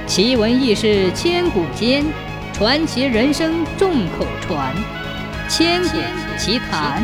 奇闻异事千古间，传奇人生众口传。千古奇谈。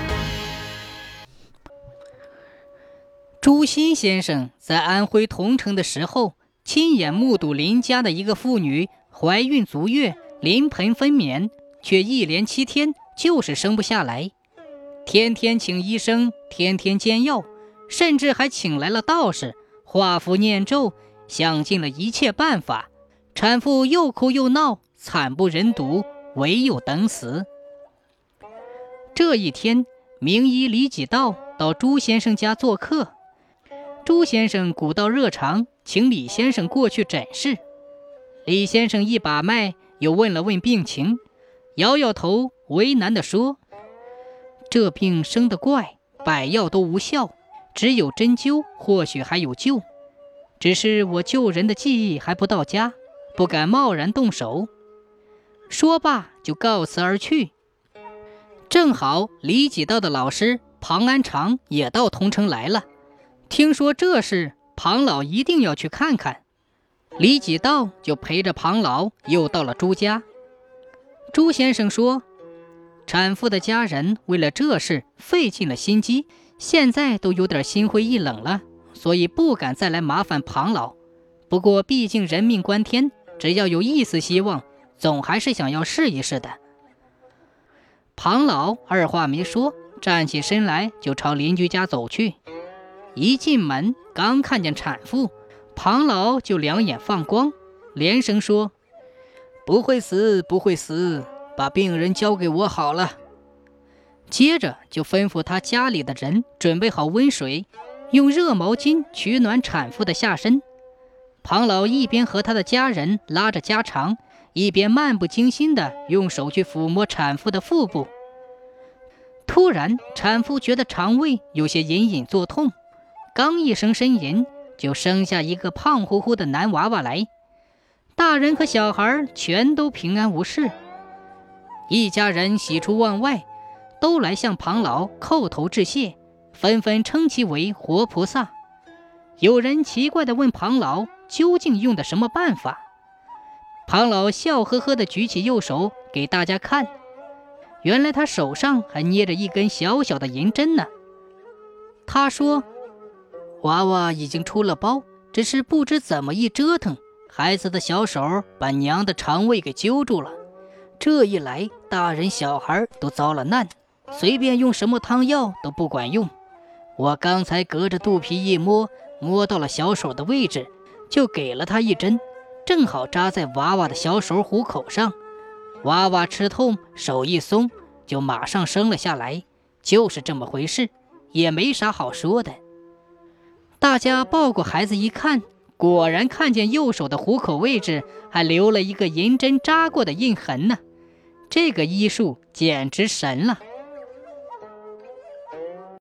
朱熹先生在安徽桐城的时候，亲眼目睹邻家的一个妇女怀孕足月，临盆分娩，却一连7天就是生不下来，天天请医生，天天煎药，甚至还请来了道士，画符念咒，想尽了一切办法，产妇又哭又闹，惨不忍睹，唯有等死。这一天，名医李几道到朱先生家做客，朱先生鼓到热肠，请李先生过去诊视。李先生一把脉，又问了问病情，摇摇头，为难地说：这病生得怪，百药都无效，只有针灸或许还有救，只是我救人的技艺还不到家，不敢贸然动手。说罢就告辞而去。正好李几道的老师庞安长也到桐城来了，听说这事，庞老一定要去看看。李几道就陪着庞老又到了朱家。朱先生说，产妇的家人为了这事费尽了心机，现在都有点心灰意冷了，所以不敢再来麻烦庞老。不过毕竟人命关天，只要有一丝希望，总还是想要试一试的。庞老二话没说，站起身来就朝邻居家走去。一进门，刚看见产妇，庞老就两眼放光，连声说：不会死，不会死，把病人交给我好了。接着就吩咐他家里的人准备好温水，用热毛巾取暖产妇的下身。庞老一边和他的家人拉着家常，一边漫不经心地用手去抚摸产妇的腹部。突然，产妇觉得肠胃有些隐隐作痛，刚一声呻吟，就生下一个胖乎乎的男娃娃来。大人和小孩全都平安无事，一家人喜出望外，都来向庞老叩头致谢，纷纷称其为活菩萨。有人奇怪地问庞老究竟用的什么办法。庞老笑呵呵地举起右手给大家看，原来他手上还捏着一根小小的银针呢。他说，娃娃已经出了包，只是不知怎么一折腾，孩子的小手把娘的肠胃给揪住了，这一来大人小孩都遭了难，随便用什么汤药都不管用。我刚才隔着肚皮一摸，摸到了小手的位置，就给了他一针，正好扎在娃娃的小手虎口上。娃娃吃痛，手一松，就马上生了下来，就是这么回事，也没啥好说的。大家抱过孩子一看，果然看见右手的虎口位置还留了一个银针扎过的印痕呢。这个医术简直神了。